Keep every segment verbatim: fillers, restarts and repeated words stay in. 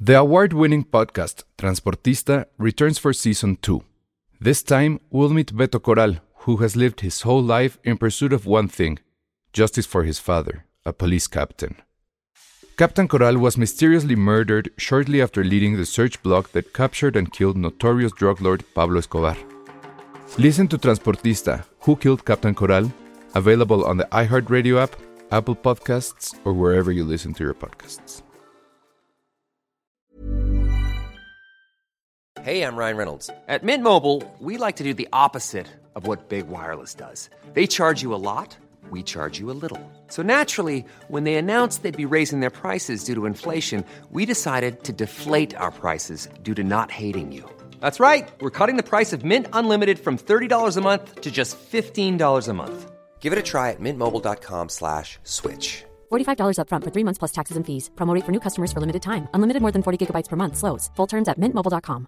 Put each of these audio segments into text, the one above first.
The award-winning podcast Transportista returns for season two. This time, we'll meet Beto Corral, who has lived his whole life in pursuit of one thing: justice for his father, a police captain. Captain Corral was mysteriously murdered shortly after leading the search block that captured and killed notorious drug lord Pablo Escobar. Listen to Transportista, Who Killed Captain Corral? Available on the iHeartRadio app, Apple Podcasts, or wherever you listen to your podcasts. Hey, I'm Ryan Reynolds. At Mint Mobile, we like to do the opposite of what Big Wireless does. They charge you a lot, we charge you a little. So naturally, when they announced they'd be raising their prices due to inflation, we decided to deflate our prices due to not hating you. That's right. We're cutting the price of Mint Unlimited from thirty dollars a month to just fifteen dollars a month. Give it a try at mintmobile.com slash switch. forty-five dollars up front for three months plus taxes and fees. Promo rate for new customers for limited time. Unlimited more than forty gigabytes per month. Slows full terms at mint mobile dot com.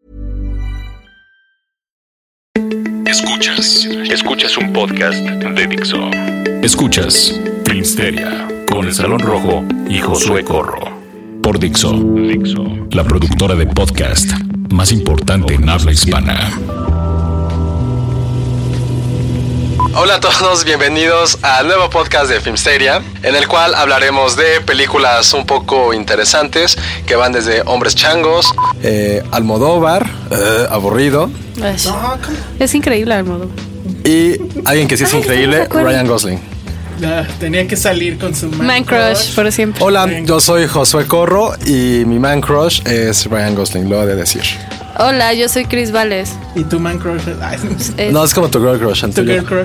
Escuchas, escuchas un podcast de Dixo. Escuchas Filmsteria con El Salón Rojo y Josué Corro. Por Dixo, Dixo, la productora de podcast más importante en habla hispana. Hola a todos, bienvenidos al nuevo podcast de Filmsteria, en el cual hablaremos de películas un poco interesantes que van desde Hombres Changos, eh, Almodóvar, eh, aburrido. Es, es increíble Almodóvar. Y alguien que sí es Ay, increíble, Ryan Gosling. Uh, tenía que salir con su man, man crush, crush por siempre. Hola, yo soy Josué Corro y mi man crush es Ryan Gosling, lo he de decir. Hola, yo soy Chris Vales. ¿Y tu man crush? Ay, es... No, es como tu girl crush. ¿Tu girl crush?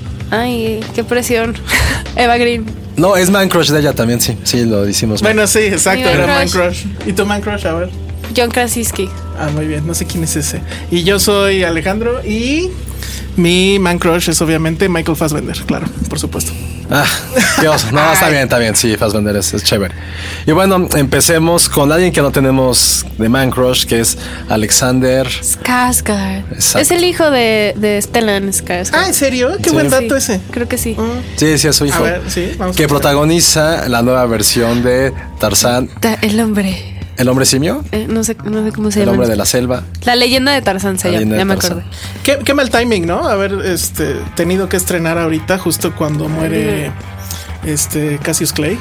Ay, qué presión. Eva Green. No, es man crush de ella también, sí. Sí, lo hicimos. Bueno, man. Sí, exacto, era man crush. man crush. ¿Y tu man crush? A ver. John Krasinski. Ah, muy bien, no sé quién es ese. Y yo soy Alejandro y mi man crush es obviamente Michael Fassbender, claro, por supuesto. Ah, Dios, no, está bien, está bien, sí, Fassbender es, es chévere. Y bueno, empecemos con alguien que no tenemos de man crush, que es Alexander Skarsgård. Es el hijo de, de Stellan Skarsgård. Ah, ¿en serio? Qué sí. buen dato sí, ese. Creo que sí. Mm. Sí, sí, es su hijo. A ver, sí, vamos que protagoniza la nueva versión de Tarzán. Ta- el hombre. ¿El hombre simio? Eh, no sé, no sé cómo se el llama. El hombre de la selva. La leyenda de Tarzán se llama, ya me acordé. Qué, qué mal timing, ¿no? Haber este, tenido que estrenar ahorita justo cuando muere este Cassius Clay.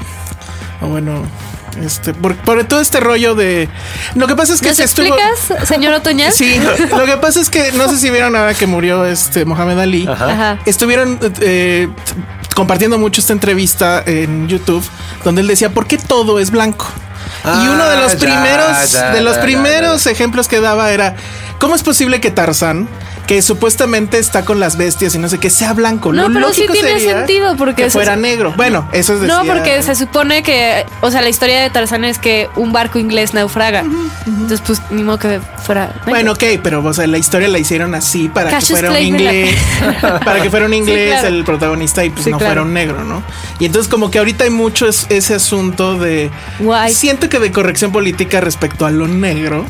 O bueno, este por, por todo este rollo de... Lo que pasa es que ¿Nos se explicas, estuvo... señor Otoña? Sí, lo que pasa es que no sé si vieron ahora que murió este Mohamed Ali. Ajá. Ajá. Estuvieron eh, compartiendo mucho esta entrevista en YouTube donde él decía, ¿por qué todo es blanco? Ah, y uno de los ya, primeros ya, de los ya, primeros ya, ya. ejemplos que daba era ¿cómo es posible que Tarzán, que supuestamente está con las bestias y no sé qué, sea blanco? No, Lo pero sí tiene sentido porque que fuera negro. Bueno, eso es decir. No, porque se supone que, o sea, la historia de Tarzán es que un barco inglés naufraga. Uh-huh, uh-huh. Entonces, pues, ni modo que fuera negro. Bueno, ok, pero o sea, la historia la hicieron así para Cassius que fuera Clay un inglés, la... para que fuera un inglés sí, claro. el protagonista y pues sí, no claro. fuera un negro, ¿no? Y entonces como que ahorita hay mucho es, ese asunto de Guay. Siento que de corrección política respecto a lo negro.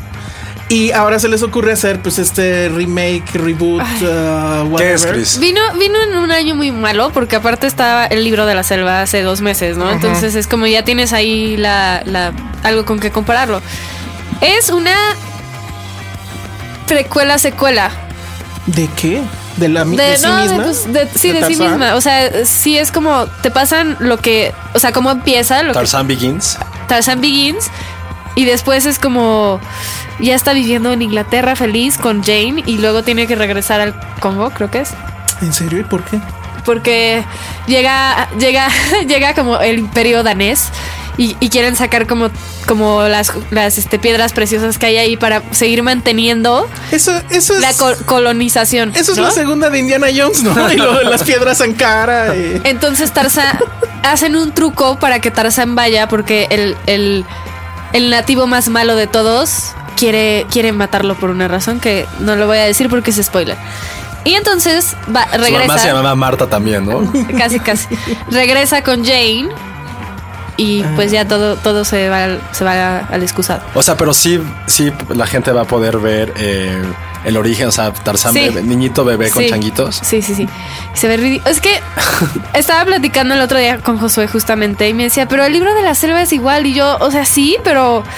Y ahora se les ocurre hacer pues este remake, reboot, uh, whatever. ¿Qué es, Chris? Vino, vino en un año muy malo porque aparte estaba el libro de la selva hace dos meses, ¿no? Uh-huh. Entonces es como ya tienes ahí la, la algo con que compararlo. Es una precuela secuela. ¿De qué? ¿De la de, de sí no, misma? De, pues, de, sí, de, de sí misma. O sea, sí es como te pasan lo que, o sea, cómo empieza lo Tarzan que, Begins. Tarzan Begins. Y después es como ya está viviendo en Inglaterra feliz con Jane y luego tiene que regresar al Congo, creo que es. ¿En serio? ¿Y por qué? Porque llega llega llega como el imperio danés y, y quieren sacar como como las las este piedras preciosas que hay ahí para seguir manteniendo eso eso es la co- colonización. Eso es ¿no? la segunda de Indiana Jones, ¿no? Y lo de las piedras Sankara. Y... Entonces Tarzán hacen un truco para que Tarzán vaya porque el el El nativo más malo de todos quiere, quiere matarlo por una razón que no lo voy a decir porque es spoiler. Y entonces va, regresa. Su mamá se llamaba Marta también, ¿no? Casi, casi. Regresa con Jane y pues ya todo, todo se va, se va al excusado. O sea, pero sí, sí la gente va a poder ver eh, el origen, o sea, Tarzán, sí. bebé, niñito bebé con sí. changuitos. Sí, sí, sí. Se ve ridículo. Es que estaba platicando el otro día con Josué justamente y me decía, pero el libro de la selva es igual. Y yo, o sea, sí, pero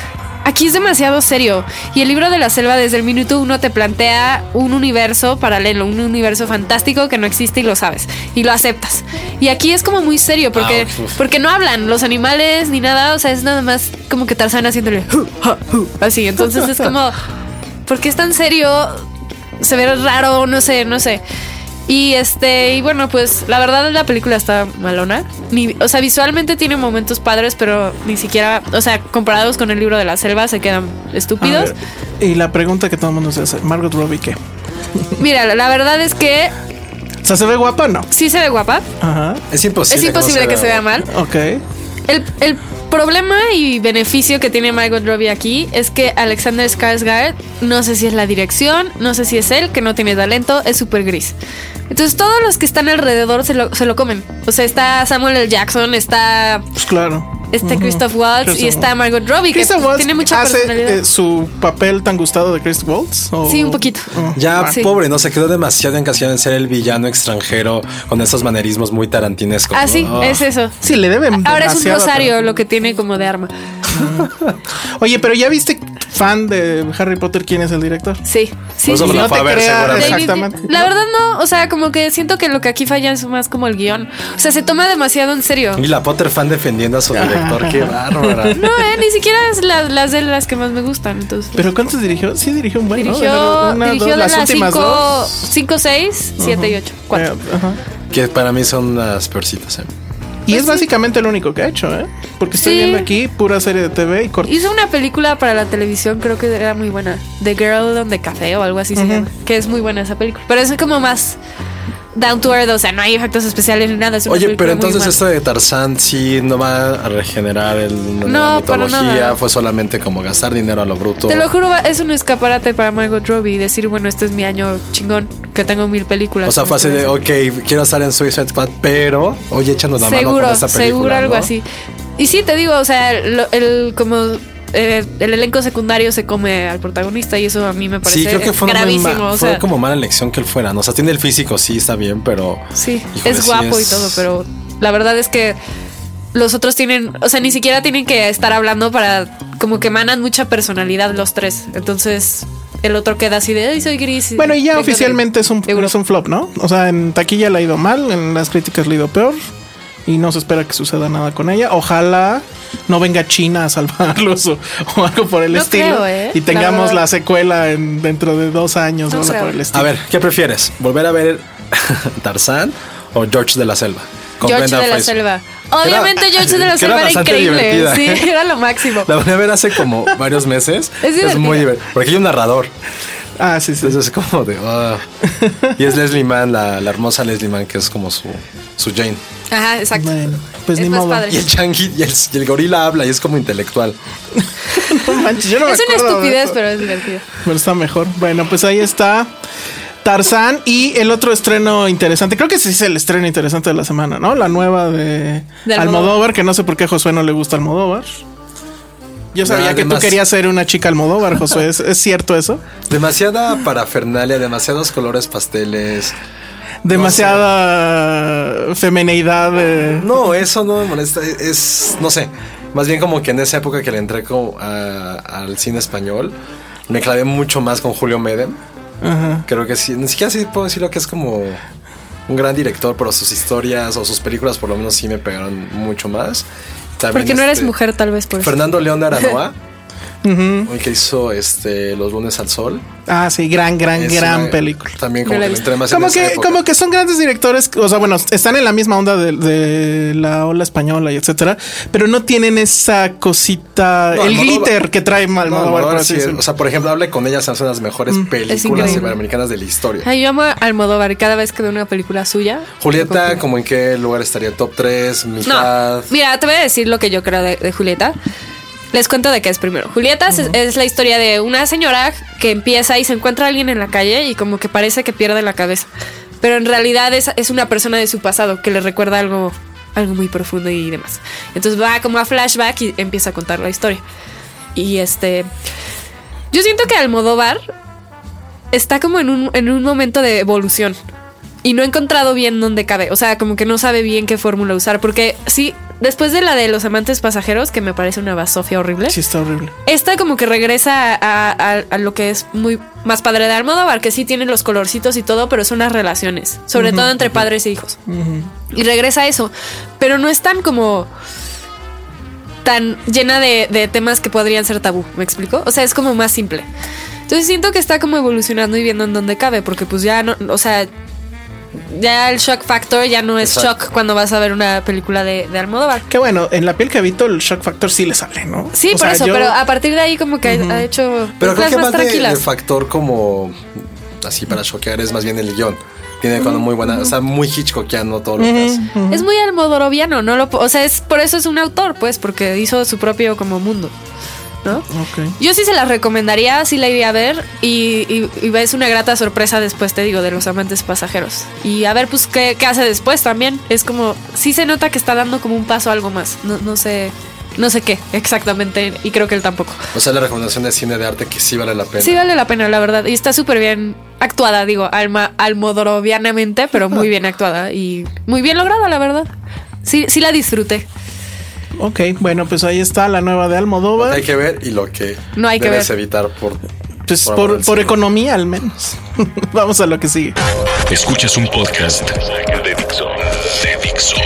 aquí es demasiado serio. Y el libro de la selva desde el minuto uno te plantea un universo paralelo, un universo fantástico que no existe y lo sabes. Y lo aceptas. Y aquí es como muy serio porque, Ah, uf. porque no hablan los animales ni nada. O sea, es nada más como que Tarzán haciéndole "Hu, ha, hu", así. Entonces es como, ¿por qué es tan serio? Se ve raro, no sé, no sé. Y este, y bueno, pues la verdad la película está malona. Ni, o sea, visualmente tiene momentos padres, pero ni siquiera, o sea, comparados con el libro de la selva, se quedan A estúpidos. ver, y la pregunta que todo el mundo se hace, Margot Robbie, ¿qué? Mira, la verdad es que O sea, ¿se ve guapa o no? sí se ve guapa. Ajá. Es imposible. Es imposible no que se vea mal. Ok. El, el problema y beneficio que tiene Margot Robbie aquí es que Alexander Skarsgård, no sé si es la dirección, no sé si es él, que no tiene talento, es súper gris. Entonces todos los que están alrededor se lo, se lo comen. O sea, está Samuel L. Jackson, está Pues claro. este Ujú. Christoph Waltz y Christoph está Waltz. Margot Robbie, que ¿Christoph Waltz tiene mucha hace personalidad. eh, su papel tan gustado de Christoph Waltz? ¿O? Sí, un poquito. Oh. Ya, Sí. pobre, ¿no? Se quedó demasiado encasillado en ser el villano extranjero con esos manerismos muy tarantinescos. Ah, ¿no? sí, Oh. es eso. Sí, le deben Ahora es un demasiado, rosario pero- lo que tiene como de arma. Oye, pero ¿ya viste, fan de Harry Potter, quién es el director? Sí, sí, Por eso sí. me no lo fue te a ver, creas, seguramente. David- exactamente. La verdad no, o sea, como que siento que lo que aquí falla es más como el guión. O sea, se toma demasiado en serio. Y la Potter fan defendiendo a su director, qué bárbara. No, eh, ni siquiera es la- las de las que más me gustan, entonces. ¿Pero cuántos dirigió? Sí, dirigió un buen, ¿no? dirigió, Una, dirigió dos, de las las últimas dos. cinco, seis, siete y ocho. cuatro. Eh, ajá. Que para mí son las peorcitas, ¿eh? Y es básicamente lo único que ha hecho, ¿eh? Porque estoy Sí. viendo aquí pura serie de T V y cortos. Hizo una película para la televisión, creo que era muy buena. The Girl on the Café o algo así se Ujú. llama. Que es muy buena esa película. Pero es como más down to earth, o sea, no hay efectos especiales ni nada. Es una Oye, película pero muy entonces humana. esto de Tarzán sí no va a regenerar el, la No, para mitología, nada. fue solamente como gastar dinero a lo bruto. Te lo juro, va- es un escaparate para Margot Robbie. Decir, bueno, este es mi año chingón, que tengo mil películas. O sea, fue así de, ok, quiero estar en Suicide Squad, pero, oye, échanos la mano Seguro, con esta película, seguro algo ¿no? así. Y sí, te digo, o sea, lo- el como eh, el elenco secundario se come al protagonista y eso a mí me parece Sí, creo que fue, una muy gravísimo. ma- o fue sea, como mala elección que él fuera, ¿no? O sea, tiene el físico, sí, está bien, pero... sí, híjole, es sí guapo es- y todo, pero la verdad es que los otros tienen, o sea, ni siquiera tienen que estar hablando para como que emanan mucha personalidad los tres. Entonces, el otro queda así de, ay, soy gris. Bueno, y ya vengo de oficialmente es un, Europa". es un flop, ¿no? O sea, en taquilla le ha ido mal, en las críticas le ha ido peor. Y no se espera que suceda nada con ella. Ojalá no venga China a salvarlos o, o algo por el No estilo. creo, ¿eh? Y La tengamos la, verdad. secuela en, dentro de dos años No o algo creo. por el estilo. A ver, ¿qué prefieres? ¿Volver a ver Tarzán o George de la Selva? Con George Brendan de la Fraser. Selva. Obviamente Era- George de la que Selva era bastante increíble. divertida. Sí, era lo máximo. La volví a ver hace como varios meses. Es divertida. muy divertido. Porque hay un narrador. Ah, sí, sí. Entonces es como de... ah. Y es Leslie Mann, la, la hermosa Leslie Mann, que es como su, su Jane. Ajá, exacto. Bueno, pues Es ni más modo. padre. Y el changi y el, y el gorila habla y es como intelectual. No manches, yo no me Es una acuerdo de estupidez, eso. pero es divertido. Pero está mejor. Bueno, pues ahí está Tarzán y el otro estreno interesante. Creo que sí es el estreno interesante de la semana, ¿no? La nueva de, De Almodóvar. Almodóvar, que no sé por qué a Josué no le gusta Almodóvar. Yo sabía No, que tú además- querías ser una chica Almodóvar, Josué. ¿Es, es cierto eso? Demasiada parafernalia, demasiados colores pasteles. Demasiada femineidad. eh. No, eso no me molesta. Es, no sé, más bien como que en esa época que le entré como a- al cine español, me clavé mucho más con Julio Medem. Ajá. Creo que sí, ni siquiera sí puedo decirlo que es como un gran director, pero sus historias o sus películas por lo menos sí me pegaron mucho más. También, Porque no eres este, mujer, tal vez por eso. Fernando León de Aranoa, Ujú. el que hizo este Los lunes al sol. Ah, sí, gran, gran, Es gran una- película. También como No la que he le visto. entré más en Como esa que, época. como que son grandes directores, o sea, bueno, están en la misma onda de, de la ola española y etcétera, pero no tienen esa cosita, No, el Almodóvar- glitter que trae No, Almodóvar, Almodóvar por así sí es- decirlo. o sea, por ejemplo, Hable con ella, son las mejores películas increíble. iberoamericanas de la historia. Ay, yo amo a Almodóvar y cada vez que veo una película suya. Julieta, ¿como en qué lugar estaría? ¿Top tres? No, ¿Mitad? mira, te voy a decir lo que yo creo de, de Julieta. Les cuento de qué es primero. Julieta es- es la historia de una señora que empieza y se encuentra a alguien en la calle y como que parece que pierde la cabeza. Pero en realidad es, es una persona de su pasado que le recuerda algo, algo muy profundo y demás. Entonces va como a flashback y empieza a contar la historia. Y este... Yo siento que Almodóvar está como en un, en un momento de evolución. Y no he encontrado bien dónde cabe. O sea, como que no sabe bien qué fórmula usar. Porque sí, después de la de Los Amantes Pasajeros, que me parece una basofia horrible. Sí, está horrible. Esta como que regresa a, a, a lo que es muy más padre de Almodóvar, que sí tiene los colorcitos y todo, pero son las relaciones, sobre uh-huh, todo entre uh-huh. padres e hijos. Uh-huh. Y regresa a eso, pero no es tan como tan llena de, de temas que podrían ser tabú, ¿me explico? O sea, es como más simple. Entonces siento que está como evolucionando y viendo en dónde cabe, porque pues ya no, o sea, ya el shock factor ya no es Exacto. shock cuando vas a ver una película de, de Almodóvar. Que bueno, en La piel que habito el shock factor sí le sale, ¿no? Sí, o por sea, eso, yo... pero a partir de ahí como que uh-huh. ha hecho pero creo que más, más tranquilas. De, de factor como así para choquear es más bien el guión. Tiene uh-huh. muy buena, uh-huh. o sea, muy Hitchcockiano todo lo uh-huh. que hace. Uh-huh. Es muy almodoroviano, no lo, o sea, es por eso es un autor, pues, porque hizo su propio como mundo, ¿no? Okay. Yo sí se las recomendaría, sí la iría a ver y, y, y es una grata sorpresa después, te digo, de Los Amantes Pasajeros. Y a ver, pues, qué, qué hace después también. Es como, sí se nota que está dando como un paso a algo más. No, no sé, no sé qué exactamente y creo que él tampoco. O sea, la recomendación de cine de arte que sí vale la pena. Sí vale la pena, la verdad. Y está súper bien actuada, digo, alma, almodorovianamente, pero muy bien actuada y muy bien lograda, la verdad. Sí, sí la disfruté. Ok, bueno, pues ahí está la nueva de Almodóvar. Lo que hay que ver y lo que no hay debes que ver. evitar por pues por, por, por economía al menos. Vamos a lo que sigue. Escuchas un podcast de Dixo. De Dixo.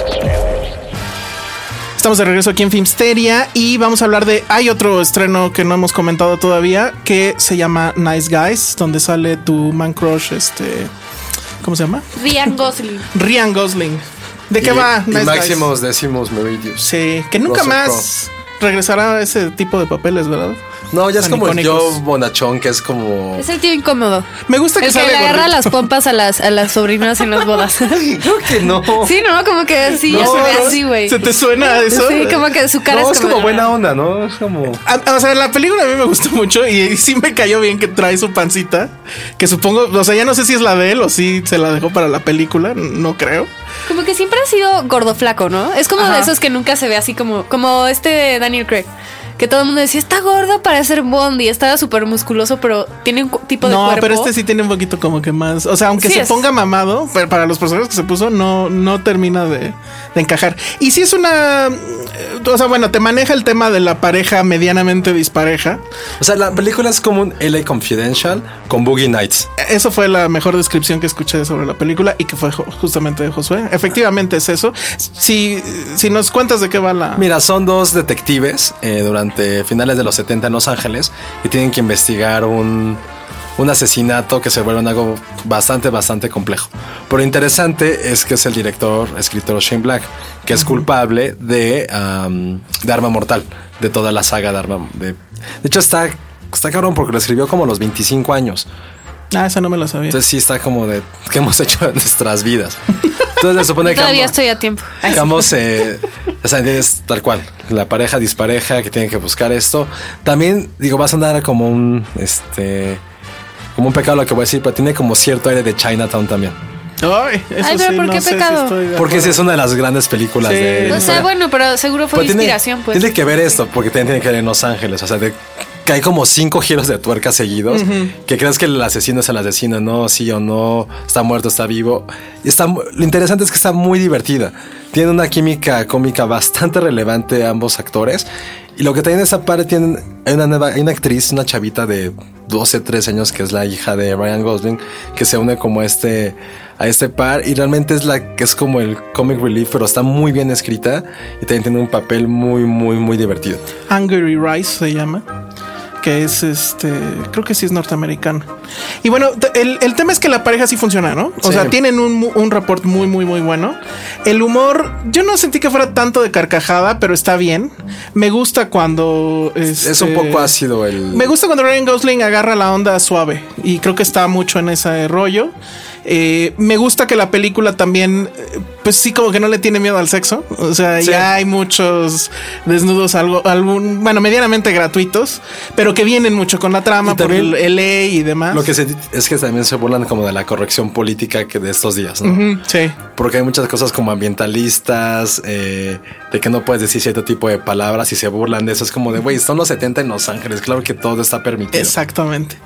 Estamos de regreso aquí en Filmsteria y vamos a hablar de... Hay otro estreno que no hemos comentado todavía que se llama Nice Guys, donde sale tu man crush, este... ¿Cómo se llama? Ryan Gosling. Ryan Gosling. ¿De qué y, va? Y Nice máximos Guys? Décimos meridios. Sí, que nunca Russell más Crowe. Regresará a ese tipo de papeles, ¿verdad? No, ya es Tan como icónicos. el Joe Bonachón, que es como... Es el tío incómodo. Me gusta que el sale que le agarra gordito. las pompas a las, a las sobrinas en las bodas. Creo que no. Sí, ¿no? Como que sí, no, ya se ve así, güey. ¿Se te suena eso? Sí, como que su cara no, es es como... como buena onda, ¿no? Es como... A, o sea, la película a mí me gustó mucho y sí me cayó bien que trae su pancita, que supongo, o sea, ya no sé si es la de él o si se la dejó para la película, no creo. Como que siempre ha sido gordo flaco, ¿no? Es como Ajá. de esos que nunca se ve así como, como este Daniel Craig. Que todo el mundo decía, está gordo para ser Bond y estaba súper musculoso, pero tiene un tipo de no, cuerpo. No, pero este sí tiene un poquito como que más... O sea, aunque sí se es. ponga mamado, pero para los personajes que se puso, no, no termina de, de encajar. Y sí es una... O sea, bueno, te maneja el tema de la pareja medianamente dispareja. O sea, la película es como un L A Confidential con Boogie Nights. Eso fue la mejor descripción que escuché sobre la película y que fue justamente de Josué. Efectivamente es eso. Si, si nos cuentas de qué va la... Mira, son dos detectives eh, durante finales de los setenta en Los Ángeles y tienen que investigar un, un asesinato que se vuelve en algo bastante, bastante complejo. Pero interesante es que es el director, escritor Shane Black, que es uh-huh. culpable de, um, de Arma Mortal, de toda la saga de Arma... De, de hecho, está, está cabrón porque lo escribió como a los veinticinco años. Ah, esa no me la sabía. Entonces sí está como de qué hemos hecho en nuestras vidas. Entonces se supone que todavía ambos, estoy a tiempo. Digamos, eh, o sea, es tal cual. La pareja dispareja que tiene que buscar esto. También, digo, va a sonar como un este como un pecado lo que voy a decir, pero tiene como cierto aire de Chinatown también. Ay, eso Ay, pero sí, ¿por no qué sé pecado? Si porque sí es una de las grandes películas sí. de... O sea, bueno, pero seguro fue pero de inspiración, tiene, pues. Tiene que ver esto, porque también tiene que ver en Los Ángeles. O sea, de, que hay como cinco giros de tuerca seguidos. Uh-huh. Que crees que el asesino es el asesino, no, sí o no, está muerto, está vivo. Y está, lo interesante es que está muy divertida. Tiene una química cómica bastante relevante ambos actores. Y lo que también esa parte tienen, hay una nueva, hay una actriz, una chavita de doce, trece años que es la hija de Ryan Gosling, que se une como este, a este par y realmente es la que es como el comic relief, pero está muy bien escrita y también tiene un papel muy, muy, muy divertido. Angry Rice se llama. Que es este, creo que sí es norteamericano. Y bueno, el, el tema es que la pareja sí funciona, ¿no? O sí. sea, tienen un, un rapport muy, muy, muy bueno. El humor, yo no sentí que fuera tanto de carcajada, pero está bien. Me gusta cuando este, es un poco ácido el. Me gusta cuando Ryan Gosling agarra la onda suave y creo que está mucho en ese rollo. Eh, me gusta que la película también, pues sí, como que no le tiene miedo al sexo. O sea, sí. ya hay muchos desnudos, algo, algún, bueno, medianamente gratuitos, pero que vienen mucho con la trama por el L A y demás. Lo que se, es que también se burlan como de la corrección política que de estos días, ¿no? Uh-huh, sí. Porque hay muchas cosas como ambientalistas, eh, de que no puedes decir cierto tipo de palabras y se burlan de eso. Es como de, güey, son los setenta en Los Ángeles, claro que todo está permitido. Exactamente.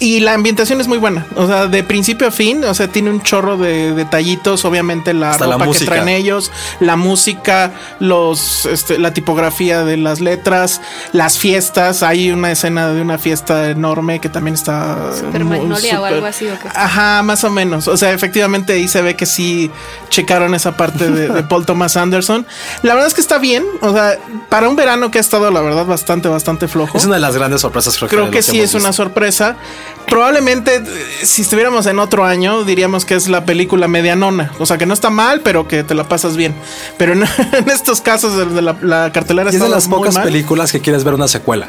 Y la ambientación es muy buena, o sea, de principio a fin, o sea, tiene un chorro de detallitos, obviamente la Hasta ropa la que traen ellos, la música, los, este, la tipografía de las letras, las fiestas. Hay una escena de una fiesta enorme que también está Super muy, Magnolia super, o algo así, ¿o qué? Ajá, más o menos. O sea, efectivamente ahí se ve que sí checaron esa parte de, de Paul Thomas Anderson. La verdad es que está bien, o sea, para un verano que ha estado, la verdad, bastante, bastante flojo. Es una de las grandes sorpresas, creo, Creo que, que sí es una sorpresa. Probablemente, si estuviéramos en otro año, diríamos que es la película medianona. O sea, que no está mal, pero que te la pasas bien. Pero en, en estos casos de, de la, la cartelera es está de las muy pocas mal. películas que quieres ver una secuela.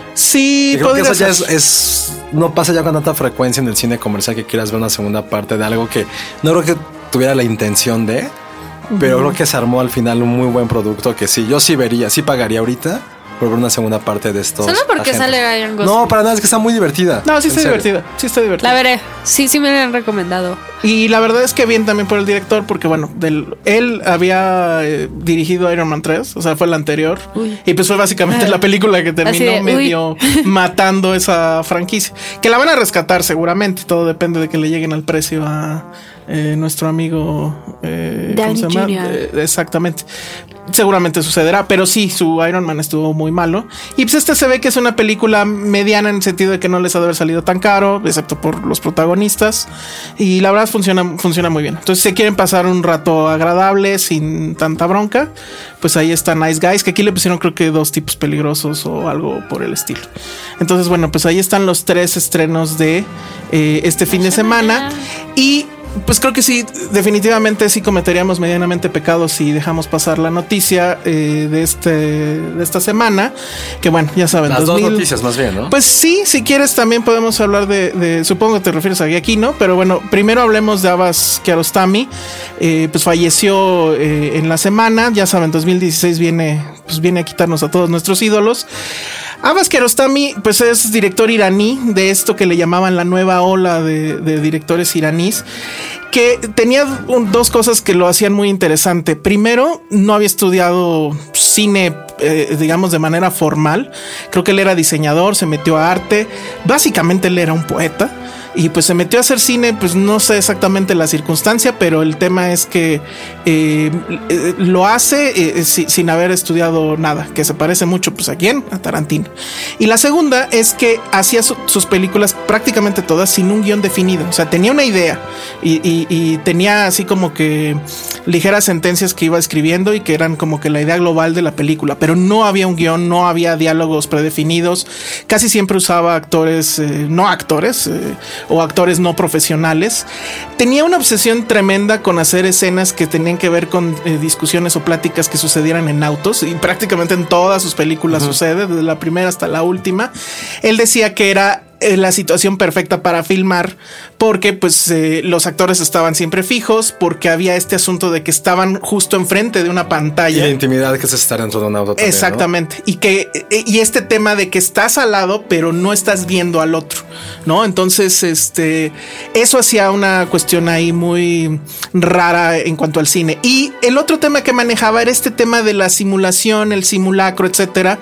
Sí, Y creo que podría eso ya ser. es, es no pasa ya con tanta frecuencia en el cine comercial que quieras ver una segunda parte de algo que no creo que tuviera la intención de, pero creo que se armó al final un muy buen producto que sí, yo sí vería, sí pagaría ahorita por ver una segunda parte de estos. Solo porque agentes. sale Ryan Gosling. No, para nada, es que está muy divertida. No, sí En está serio. divertida. Sí está divertida. La veré. Sí, sí me la han recomendado. Y la verdad es que bien también por el director, porque bueno, del, él había eh, dirigido Iron Man tres, o sea, fue la anterior. Uy. Y pues fue básicamente la película que terminó de, medio matando esa franquicia. Que la van a rescatar seguramente, todo depende de que le lleguen al precio a eh, nuestro amigo eh, ¿cómo Downey se llama? junior Eh, exactamente. Seguramente sucederá, pero sí, su Iron Man estuvo muy malo. Y pues este se ve que es una película mediana en el sentido de que no les ha de haber salido tan caro, excepto por los protagonistas. Y la verdad funciona, funciona muy bien. Entonces, si quieren pasar un rato agradable, sin tanta bronca, pues ahí está Nice Guys, que aquí le pusieron creo que dos tipos peligrosos o algo por el estilo. Entonces, bueno, pues ahí están los tres estrenos de eh, este fin de semana. Y pues creo que sí, definitivamente sí cometeríamos medianamente pecados si dejamos pasar la noticia eh, de este de esta semana. Que bueno, ya saben, Las dos mil dos noticias más bien, ¿no? Pues sí, si quieres también podemos hablar de, de supongo que te refieres a Giacchino, pero bueno, primero hablemos de Abbas Kiarostami. Eh, pues falleció eh, en la semana, ya saben, dos mil dieciséis viene, pues viene a quitarnos a todos nuestros ídolos. Abbas Kiarostami, pues es director iraní de esto que le llamaban la nueva ola de, de directores iraníes, que tenía un, dos cosas que lo hacían muy interesante. Primero, no había estudiado cine, eh, digamos, de manera formal. Creo que él era diseñador, se metió a arte. Básicamente él era un poeta. Y pues se metió a hacer cine, pues no sé exactamente la circunstancia, pero el tema es que eh, eh, lo hace eh, si, sin haber estudiado nada, que se parece mucho, pues a quién, a Tarantino. Y la segunda es que hacía su, sus películas prácticamente todas sin un guión definido, o sea, tenía una idea y, y, y tenía así como que ligeras sentencias que iba escribiendo y que eran como que la idea global de la película, pero no había un guión, no había diálogos predefinidos, casi siempre usaba actores, eh, no actores, eh, o actores no profesionales. Tenía una obsesión tremenda con hacer escenas que tenían que ver con eh, discusiones o pláticas que sucedieran en autos, y prácticamente en todas sus películas uh-huh. sucede, desde la primera hasta la última. Él decía que era la situación perfecta para filmar porque pues eh, los actores estaban siempre fijos, porque había este asunto de que estaban justo enfrente de una pantalla. Y la intimidad que es estar dentro de un auto también, exactamente, ¿no? y que y este tema de que estás al lado pero no estás viendo al otro, ¿no? Entonces este eso hacía una cuestión ahí muy rara en cuanto al cine. Y el otro tema que manejaba era este tema de la simulación, el simulacro, etcétera,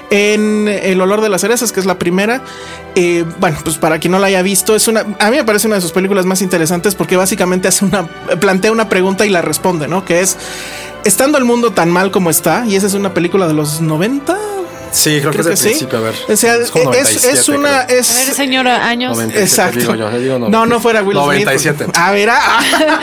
en El olor de las cerezas, que es la primera. Eh, bueno, pues para quien no la haya visto, es una, a mí me parece una de sus películas más interesantes porque básicamente hace una, plantea una pregunta y la responde, ¿no? Que es, estando el mundo tan mal como está, y esa es una película de los noventa. Sí, creo, creo que es del principio, sí. A ver. O sea, es, es, es una. Es, a ver, señora, años. noventa y siete, exacto. Digo yo, digo noventa. No, no fuera Will noventa y siete. Smith. A ver, ah.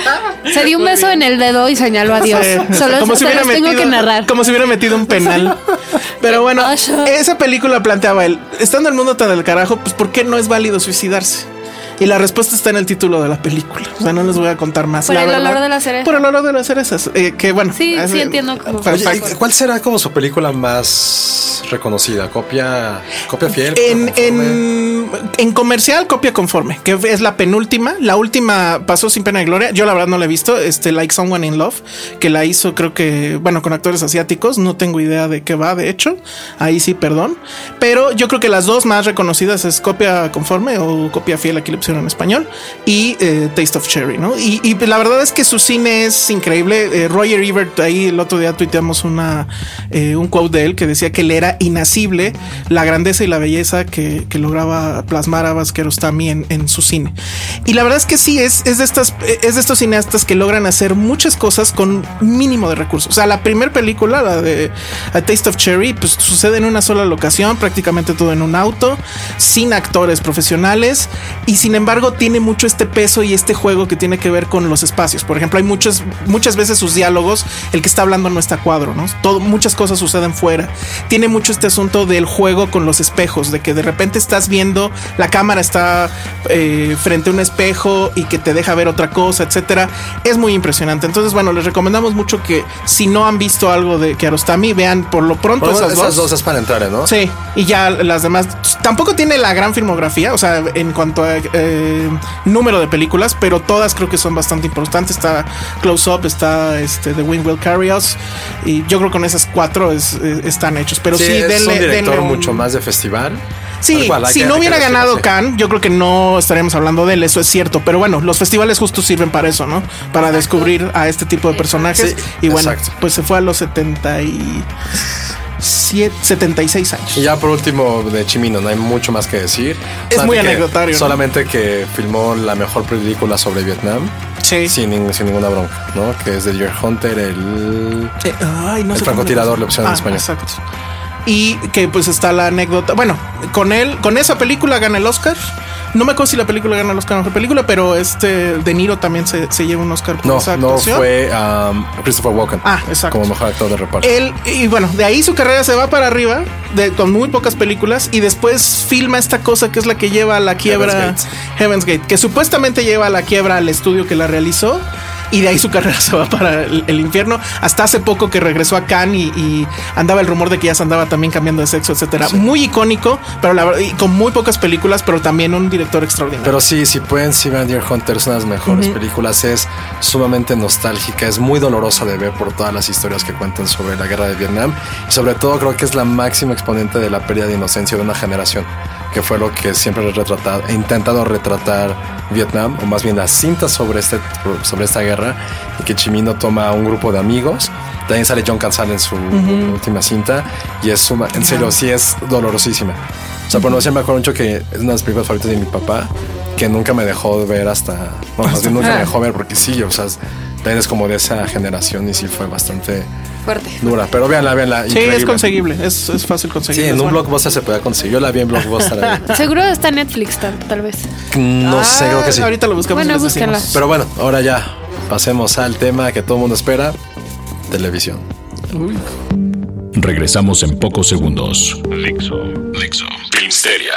Se dio un beso bien. en el dedo y señaló adiós. Sí. Solo como eso, si hubiera los metido, tengo que narrar. Como si hubiera metido un penal. Pero bueno, esa película planteaba él, estando el mundo tan del carajo, pues ¿por qué no es válido suicidarse? Y la respuesta está en el título de la película. O sea, no les voy a contar más. Por la el verdad, olor de las cerezas. Por el olor de las cerezas. Eh, que bueno. Sí, es, sí entiendo. Cómo Oye, ¿cuál será como su película más reconocida? ¿Copia, copia fiel? En, en, en comercial, copia conforme, que es la penúltima. La última pasó sin pena y gloria. Yo la verdad no la he visto. Este, Like Someone in Love, que la hizo creo que, bueno, con actores asiáticos. No tengo idea de qué va, de hecho. Ahí sí, perdón. Pero yo creo que las dos más reconocidas es copia conforme o copia fiel, aquí le pusieron en español. Y eh, Taste of Cherry, ¿no? Y, y la verdad es que su cine es increíble. eh, Roger Ebert, ahí el otro día tuiteamos una, eh, un quote de él que decía que le era inasible la grandeza y la belleza que, que lograba a plasmar a Abbas Kiarostami en, en su cine. Y la verdad es que sí, es, es, de estas, es de estos cineastas que logran hacer muchas cosas con mínimo de recursos. O sea, la primera película, la de A Taste of Cherry, pues sucede en una sola locación, prácticamente todo en un auto, sin actores profesionales, y sin embargo tiene mucho este peso y este juego que tiene que ver con los espacios. Por ejemplo, hay muchas, muchas veces sus diálogos, el que está hablando no está a cuadro, ¿no? Todo, muchas cosas suceden fuera. Tiene mucho este asunto del juego con los espejos, de que de repente estás viendo, la cámara está eh, frente a un espejo y que te deja ver otra cosa, etcétera. Es muy impresionante. Entonces, bueno, les recomendamos mucho que si no han visto algo de Kiarostami, vean por lo pronto bueno, esas, esas dos. dos es para entrar, ¿no? Sí, y ya las demás. Tampoco tiene la gran filmografía, o sea, en cuanto a eh, número de películas, pero todas creo que son bastante importantes. Está Close Up, está este, The Wind Will Carry Us, y yo creo que con esas cuatro es, es, están hechos. Pero sí, sí sí es denle, un director denle un... mucho más de festival. Sí, cual, si que, no hubiera ganado sí. Cannes, yo creo que no estaríamos hablando de él, eso es cierto. Pero bueno, los festivales justo sirven para eso, ¿no? Para descubrir a este tipo de personajes. Sí, y bueno, exacto. pues se fue a los setenta y siete, setenta y seis años. Y ya por último, de Cimino, no hay mucho más que decir. Es Solamente muy que- anecdotario, ¿no? Solamente que filmó la mejor película sobre Vietnam. Sí. Sin, nin- sin ninguna bronca, ¿no? Que es The Deer Hunter, el... Eh, ay, no El sé francotirador, cómo le pusieron en Ah, español. Exacto. Y que pues está la anécdota. Bueno, con él, con esa película gana el Oscar. No me acuerdo si la película gana el Oscar o mejor película, pero este De Niro también se, se lleva un Oscar por No, esa no actuación. fue um, Christopher Walken. Ah, exacto. Como mejor actor de reparto. Él, y bueno, de ahí su carrera se va para arriba, de, con muy pocas películas, y después filma esta cosa que es la que lleva a la quiebra Heaven's Heaven's Gate, que supuestamente lleva a la quiebra al estudio que la realizó. Y de ahí su carrera se va para el, el infierno. Hasta hace poco que regresó a Cannes y, y andaba el rumor de que ya se andaba también cambiando de sexo, etcétera. Muy icónico, pero la verdad, y con muy pocas películas, pero también un director extraordinario. Pero sí, si pueden, si vean Deer Hunter, es una de las mejores Ujú. películas. Es sumamente nostálgica, es muy dolorosa de ver por todas las historias que cuentan sobre la guerra de Vietnam. Y sobre todo creo que es la máxima exponente de la pérdida de inocencia de una generación, que fue lo que siempre he retratado, he intentado retratar Vietnam, o más bien las cintas sobre, este, sobre esta guerra, y que Cimino toma a un grupo de amigos. También sale John Cansal en su uh-huh. última cinta, y es suma, en serio, sí es dolorosísima. O sea, por no sé, me acuerdo mucho que es una de las películas favoritas de mi papá, que nunca me dejó ver hasta... Bueno, más bien nunca me dejó ver, porque sí, o sea, también es como de esa generación y sí fue bastante... Fuerte. Dura, pero véanla, véanla. Sí, increíble. es conseguible, es, es fácil conseguir. Sí, en es un bueno. Blockbuster se podía conseguir. Yo la vi en Blockbuster. ahí. Seguro está en Netflix, tal, tal vez. No Ah, sé, creo que sí. Ahorita lo buscamos. Bueno, y les decimos. búsquenla. Pero bueno, ahora ya pasemos al tema que todo el mundo espera: televisión. Regresamos en pocos segundos. Dixo. Dixo. Filmsteria.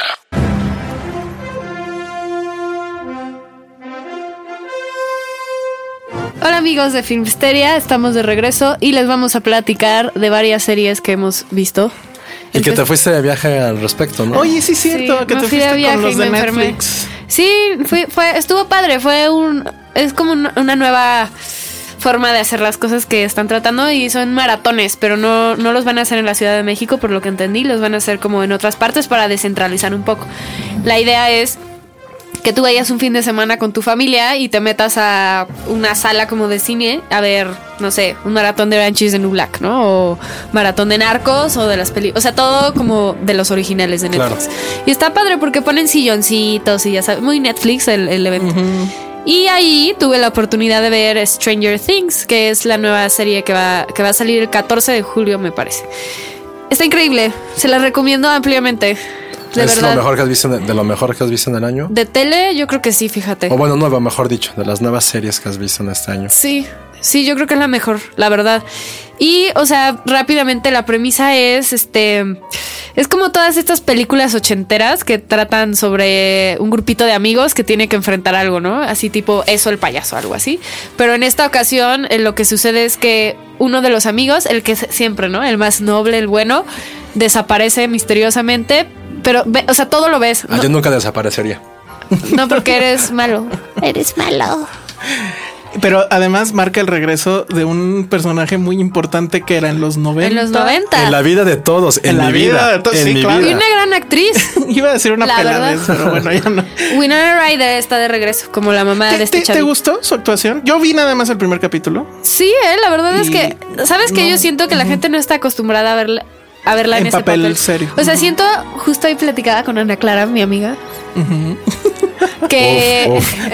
Hola amigos de Filmsteria, estamos de regreso y les vamos a platicar de varias series que hemos visto. Y que Empe- te fuiste de viaje al respecto, ¿no? Oye, sí es cierto, Sí, que me te fui de fuiste viaje con los y de me enfermé. Netflix. Sí, fui, fue, estuvo padre, fue un, es como una, una nueva forma de hacer las cosas que están tratando y son maratones, pero no, no los van a hacer en la Ciudad de México, por lo que entendí, los van a hacer como en otras partes para descentralizar un poco. La idea es que tú vayas un fin de semana con tu familia y te metas a una sala como de cine a ver, no sé, un maratón de Orange is the New Black, ¿no? O maratón de Narcos o de las películas, o sea, todo como de los originales de Netflix. Claro. Y está padre porque ponen silloncitos y ya sabes, muy Netflix el, el evento. Y ahí tuve la oportunidad de ver Stranger Things, que es la nueva serie que va, que va a salir el catorce de julio, me parece. Está increíble, se la recomiendo ampliamente. De ¿Es verdad. lo mejor que has visto en- de lo mejor que has visto en el año? De tele, yo creo que sí, fíjate. O bueno, nueva, mejor dicho, de las nuevas series que has visto en este año. Sí, sí, yo creo que es la mejor, la verdad. Y, o sea, rápidamente la premisa es, este, es como todas estas películas ochenteras que tratan sobre un grupito de amigos que tiene que enfrentar algo, ¿no? Así tipo Eso el payaso, algo así. Pero en esta ocasión eh, lo que sucede es que uno de los amigos, el que es siempre, ¿no? El más noble, el bueno, desaparece misteriosamente. Pero, ve, o sea, todo lo ves. Ah, No, yo nunca desaparecería. no porque eres malo. Eres malo. Pero además marca el regreso de un personaje muy importante que era en los noventa. En los noventa. En la vida de todos, en, En la mi vida vida, de todos, en sí, mi claro. Y vida. una gran actriz. Iba a decir una La peladez, verdad. pero bueno, ya no. Winona Ryder está de regreso como la mamá de ¿Te, este te- te chavito. gustó su actuación? Yo vi nada más el primer capítulo. Sí, eh, la verdad es Y que, ¿sabes qué? no, Yo siento que la gente no está acostumbrada a verla. a verla en, En ese papel papel. serio. O sea, Ujú. siento, justo ahí platicaba con Ana Clara, mi amiga, que Uf, uf.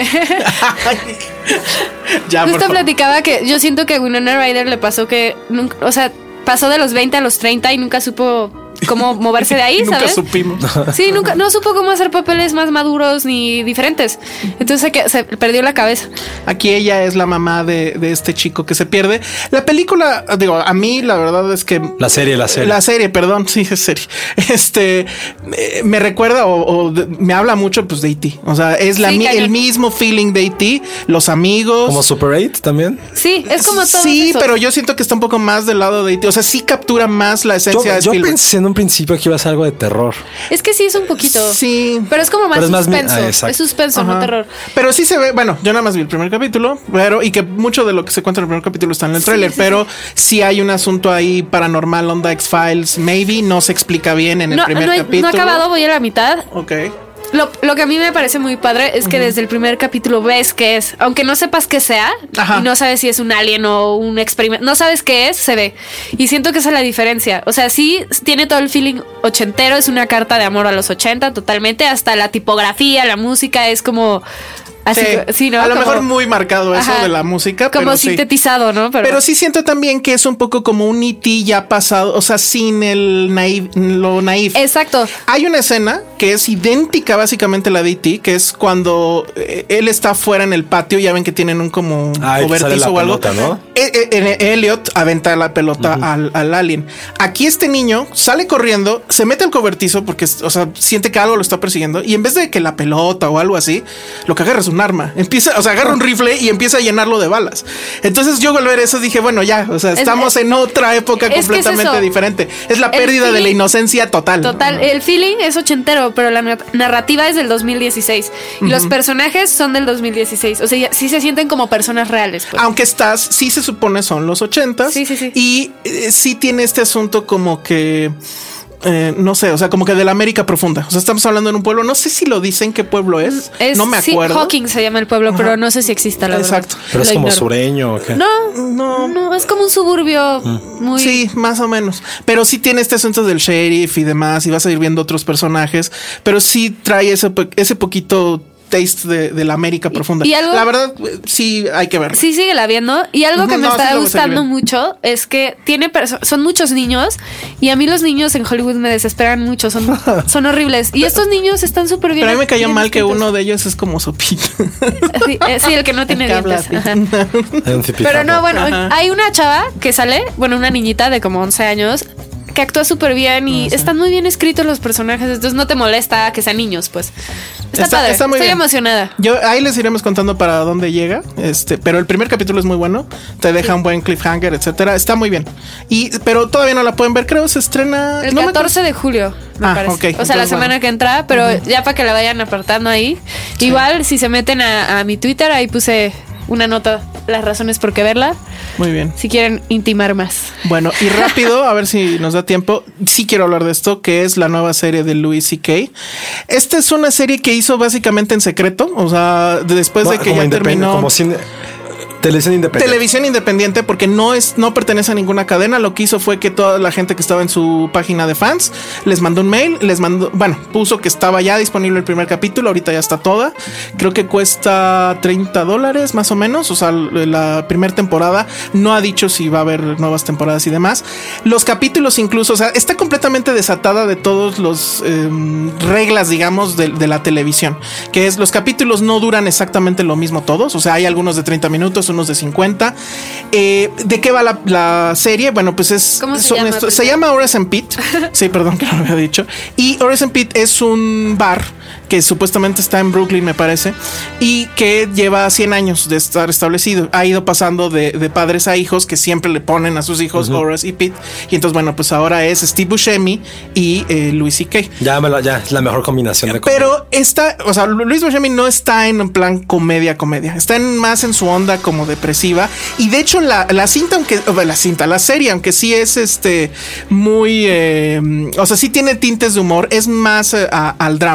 Ya, por justo favor. platicaba que yo siento que a Winona Ryder le pasó que nunca, o sea, pasó de los veinte a los treinta y nunca supo cómo moverse de ahí, Nunca ¿sabes? supimos. Sí, nunca, no supo cómo hacer papeles más maduros ni diferentes. Entonces se, que- se perdió la cabeza. Aquí ella es la mamá de, de este chico que se pierde. La película, digo, a mí la verdad es que... La serie, la serie. La serie, perdón, sí, es serie. Este, eh, me recuerda o, o de- me habla mucho pues de E T. O sea, es la, Sí, mi- cañón. el mismo feeling de E T, los amigos. Como Super ocho también. Sí, es como todo. Sí, eso. pero yo siento que está un poco más del lado de E T. O sea, sí captura más la Yo, esencia de yo Spielberg. pensé en un principio que iba a ser algo de terror. Es que sí es un poquito. Sí. Pero es como más Pero es más mi- suspenso. ah, exacto. es suspenso, Ajá. no terror. Pero sí se ve, bueno, yo nada más vi el primer capítulo, pero y que mucho de lo que se cuenta en el primer capítulo está en el Sí, tráiler, sí, pero sí. hay un asunto ahí paranormal, onda X-Files, maybe, no se explica bien en el No, primer no, he- capítulo. no he acabado, voy a la mitad. Ok. Lo, lo que a mí me parece muy padre es que desde el primer capítulo ves que es, aunque no sepas qué sea, Ajá. y no sabes si es un alien o un experimento, no sabes qué es, se ve. Y siento que esa es la diferencia. O sea, sí tiene todo el feeling ochentero, es una carta de amor a los ochenta totalmente, hasta la tipografía, la música es como así, Sí, sí, ¿no? a lo Como- mejor muy marcado eso Ajá. de la música, como pero sí. sintetizado, ¿no? Pero sí siento también que es un poco como un E T ya pasado, o sea, sin el naive, lo naif. Exacto. Hay una escena que es idéntica básicamente a la de E T, que es cuando eh, él está fuera en el patio, ya ven que tienen un como Ah, y que sale cobertizo la o algo. pelota, ¿no? Eh, eh, eh, Elliot aventa la pelota al, al alien. Aquí este niño sale corriendo, se mete al cobertizo porque, o sea, siente que algo lo está persiguiendo y en vez de que la pelota o algo así, lo que agarra es un arma. Empieza, o sea, agarra un rifle y empieza a llenarlo de balas. Entonces yo al ver eso dije, bueno, ya, o sea, Es- estamos es- en otra época es que es completamente eso. diferente. Es la El pérdida de la feeling- inocencia total. Total, el feeling es ochentero, pero la na- narrativa es del dos mil dieciséis. Y los personajes son del dos mil dieciséis. O sea, ya- sí se sienten como personas reales. Pues. Aunque estás, sí se supone son los ochentas. Sí, sí, sí. Y eh, sí tiene este asunto como que... eh, no sé, o sea, como que de la América profunda. O sea, estamos hablando en un pueblo. No sé si lo dicen qué pueblo es. Es- no me sí, acuerdo. Hawking se llama el pueblo, pero no sé si exista la Exacto. verdad. Pero es Lo como ignoro. sureño. ¿o qué? No, No. no, es como un suburbio muy... Sí, más o menos. Pero sí tiene este asunto del sheriff y demás. Y vas a ir viendo otros personajes. Pero sí trae ese, po- ese poquito taste de, de la América profunda. y algo- La verdad, eh, sí hay que verlo. Sí, sigue la viendo. Y algo que Ujú, me no, sí está lo voy a seguir gustando viendo. mucho es que tiene perso- son muchos niños. Y a mí los niños en Hollywood me desesperan mucho. Son, son horribles. Y estos niños están súper bien. Pero a mí me cayó bien mal que escritos. uno de ellos es como Sopita. Sí, eh, sí, el que no tiene El que habla dientes. así. Ajá. Hay un tipijapo. Pero no, bueno, Ajá. hay una chava que sale, bueno, una niñita de como once años, que actúa súper bien y están muy bien escritos los personajes, entonces no te molesta que sean niños, pues. Está, Está- padre, está muy estoy bien. emocionada. Yo ahí les iremos contando para dónde llega, este, pero el primer capítulo es muy bueno, te deja un buen cliffhanger, etcétera, está muy bien. Y pero todavía no la pueden ver, creo se estrena El no me catorce de julio, me Ah, parece. ok, O sea, la entonces, semana bueno. que entra, pero ya para que la vayan apartando ahí. Igual, si se meten a, a mi Twitter, ahí puse una nota, las razones por qué verla, Muy bien. si quieren intimar más. Bueno, y rápido, a ver si nos da tiempo. Sí quiero hablar de esto, que es la nueva serie de Louis C K. Esta es una serie que hizo básicamente en secreto, o sea, después de Como que ya independ- terminó. Como cine, televisión independiente. Televisión independiente, porque no es, no pertenece a ninguna cadena. Lo que hizo fue que toda la gente que estaba en su página de fans les mandó un mail, les mandó, bueno, puso que estaba ya disponible el primer capítulo, ahorita ya está toda. Creo que cuesta treinta dólares más o menos. O sea, la primera temporada no ha dicho si va a haber nuevas temporadas y demás. Los capítulos incluso, o sea, está completamente desatada de todos los eh, reglas, digamos, de, de la televisión, que es los capítulos no duran exactamente lo mismo todos. O sea, hay algunos de treinta minutos, unos de cincuenta. Eh, ¿De qué va la, la serie? Bueno, pues es... ¿Cómo se son llama? esto- se llama Horace and Pete. Sí, perdón que no lo había dicho. Y Horace and Pete es un bar que supuestamente está en Brooklyn, me parece, y que lleva cien años de estar establecido. Ha ido pasando de, de padres a hijos, que siempre le ponen a sus hijos Horace y Pete. Y entonces, bueno, pues ahora es Steve Buscemi y eh, Louis C K. Ya, me la- ya es la mejor combinación de Pero está, o sea, Luis Buscemi no está en un plan comedia, comedia. Está en, más en su onda como depresiva. Y de hecho, la, la cinta, aunque, o la cinta, la serie, aunque sí es este muy, eh, o sea, sí tiene tintes de humor, es más eh, a- al drama.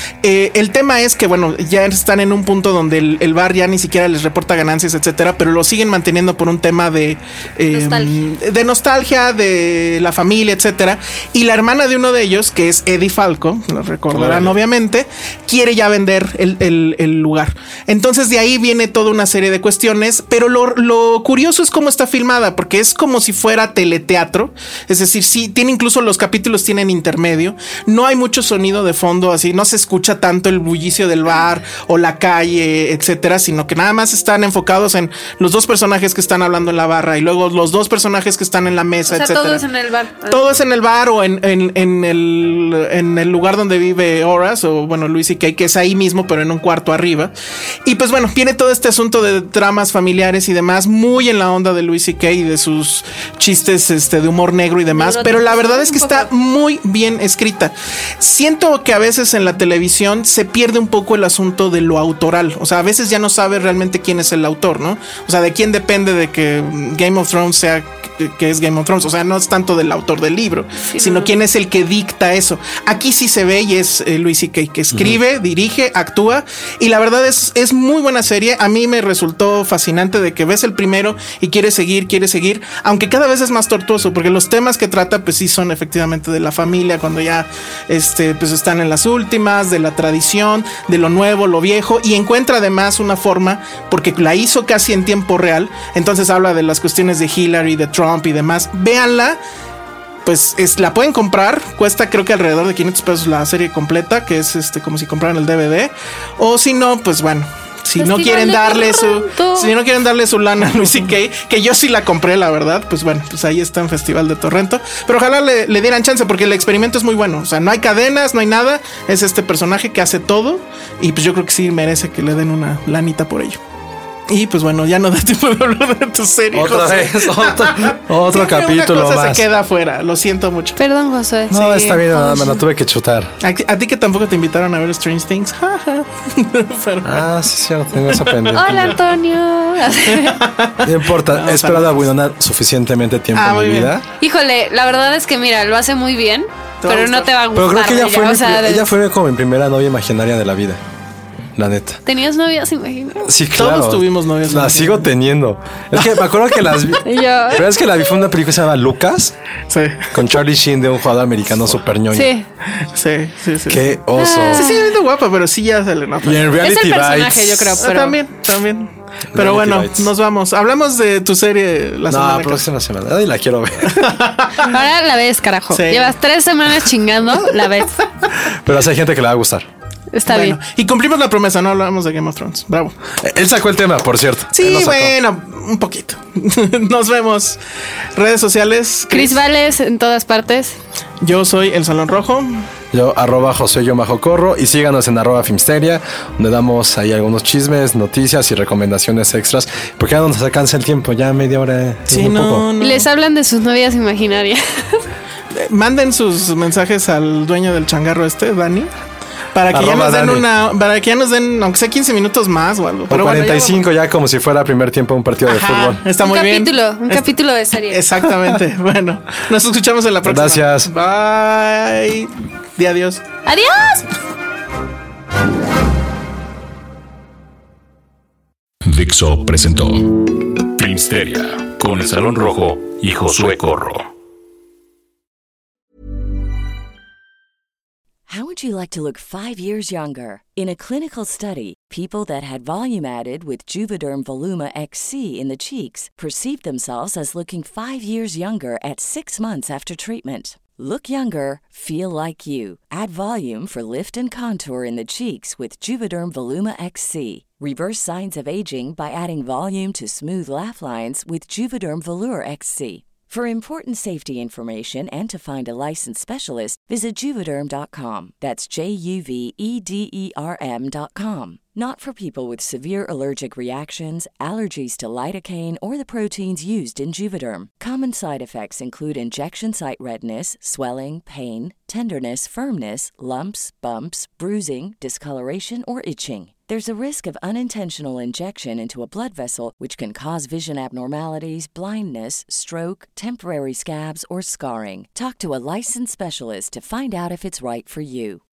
Eh, el tema es que, bueno, ya están en un punto donde el, el bar ya ni siquiera les reporta ganancias, etcétera, pero lo siguen manteniendo por un tema de eh, nostalgia. de nostalgia, de la familia, etcétera. Y la hermana de uno de ellos, que es Eddie Falco, lo recordarán obviamente, quiere ya vender el, el, el lugar. Entonces de ahí viene toda una serie de cuestiones, pero lo, lo curioso es cómo está filmada, porque es como si fuera teleteatro, es decir, sí, tiene incluso los capítulos tienen intermedio, no hay mucho sonido de fondo, así no se escucha tanto el bullicio del bar o la calle, etcétera, sino que nada más están enfocados en los dos personajes que están hablando en la barra y luego los dos personajes que están en la mesa, o sea, etcétera. Todo es en el bar. Todo es en el bar o en, en, en, el, en el lugar donde vive Horace, o bueno, Louis C K, que es ahí mismo, pero en un cuarto arriba. Y pues bueno, viene todo este asunto de dramas familiares y demás, muy en la onda de Louis C K y de sus chistes este, de humor negro y demás, pero la verdad es que está muy bien escrita. Siento que a veces en la televisión se pierde un poco el asunto de lo autoral, o sea, a veces ya no sabes realmente quién es el autor, ¿no? O sea, de quién depende de que Game of Thrones sea que es Game of Thrones, o sea, no es tanto del autor del libro, sí, sino no. quién es el que dicta eso. Aquí sí se ve y es eh, Louis C K, que escribe, uh-huh. dirige, actúa, y la verdad es, es muy buena serie. A mí me resultó fascinante de que ves el primero y quieres seguir, quieres seguir, aunque cada vez es más tortuoso, porque los temas que trata, pues sí son efectivamente de la familia, cuando ya este, pues están en las últimas, de la tradición, de lo nuevo, lo viejo, y encuentra además una forma, porque la hizo casi en tiempo real, entonces habla de las cuestiones de Hillary, de Trump y demás. Véanla, pues es, la pueden comprar, cuesta creo que alrededor de quinientos pesos la serie completa, que es este como si compraran el D V D, o si no, pues bueno, si Festival no quieren darle su si no quieren darle su lana a Louis C K, que yo sí la compré, la verdad, pues bueno, pues ahí está en Festival de Torrento, pero ojalá le, le dieran chance, porque el experimento es muy bueno, o sea, no hay cadenas, no hay nada, es este personaje que hace todo, y pues yo creo que sí merece que le den una lanita por ello. Y pues bueno, ya no da tiempo de hablar de tu serie. Otra José. vez, otro, otro capítulo una cosa más. Se queda afuera, lo siento mucho. Perdón, José. No, sí. está bien, nada, me la tuve que chutar. A, a ti que tampoco te invitaron a ver Strange Things. Pero, ah, sí, cierto, tengo esa pendiente. Hola, Antonio. No importa, no, he esperado a Winona suficientemente tiempo ah, en mi vida. Bien. Híjole, la verdad es que mira, lo hace muy bien, pero no te va a gustar. Pero creo que ella, ella fue, o mi, sea, ella fue como mi primera novia imaginaria de la vida. La neta. ¿Tenías novias, imagino? Sí, claro. Todos tuvimos novias. La sigo teniendo. Es que me acuerdo que las vi. Pero es que la vi fue una película que se llama Lucas. Sí. Con Charlie Sheen, de un jugador americano súper ñoño. Sí. Sí, sí, sí. Qué oso. Ah. Sí, sigue viendo guapa, pero sí ya se le nota. Y en Reality es el personaje, Bites. yo creo. Pero... También, también. Pero bueno, Bites. Nos vamos. Hablamos de tu serie la semana. No, próxima semana. Ay, la quiero ver. Ahora la ves, carajo. Sí. Llevas tres semanas chingando, la ves. Pero hay gente que le va a gustar. Está bueno, bien. Y cumplimos la promesa, no hablamos de Game of Thrones. Bravo. Él sacó el tema, por cierto. Sí, bueno, un poquito. Nos vemos. Redes sociales. Chris, Chris Vales en todas partes. Yo soy El Salón Rojo. Yo, arroba José Yo Majo Corro. Y síganos en arroba Filmsteria, donde damos ahí algunos chismes, noticias y recomendaciones extras. Porque ya no nos alcanza el tiempo, ya media hora. Sí, no, poco. no. Y les hablan de sus novias imaginarias. Manden sus mensajes al dueño del changarro este, Dani. Para que Arroba ya nos den Dani. una, para que ya nos den, aunque sea quince minutos más o algo. O pero cuarenta y cinco bueno, ya, ya como si fuera primer tiempo de un partido Ajá, de fútbol. Está un muy capítulo, bien. Un es, capítulo de serie. Exactamente. Bueno, nos escuchamos en la próxima. Gracias. Bye. Di adiós. Adiós. Dixo presentó Filmsteria con El Salón Rojo y Josué Corro. How would you like to look five years younger? In a clinical study, people that had volume added with Juvederm Voluma X C in the cheeks perceived themselves as looking five years younger at six months after treatment. Look younger, feel like you. Add volume for lift and contour in the cheeks with Juvederm Voluma X C. Reverse signs of aging by adding volume to smooth laugh lines with Juvederm Volure X C. For important safety information and to find a licensed specialist, visit Juvederm dot com. That's J U V E D E R M dot com. Not for people with severe allergic reactions, allergies to lidocaine, or the proteins used in Juvederm. Common side effects include injection site redness, swelling, pain, tenderness, firmness, lumps, bumps, bruising, discoloration, or itching. There's a risk of unintentional injection into a blood vessel, which can cause vision abnormalities, blindness, stroke, temporary scabs, or scarring. Talk to a licensed specialist to find out if it's right for you.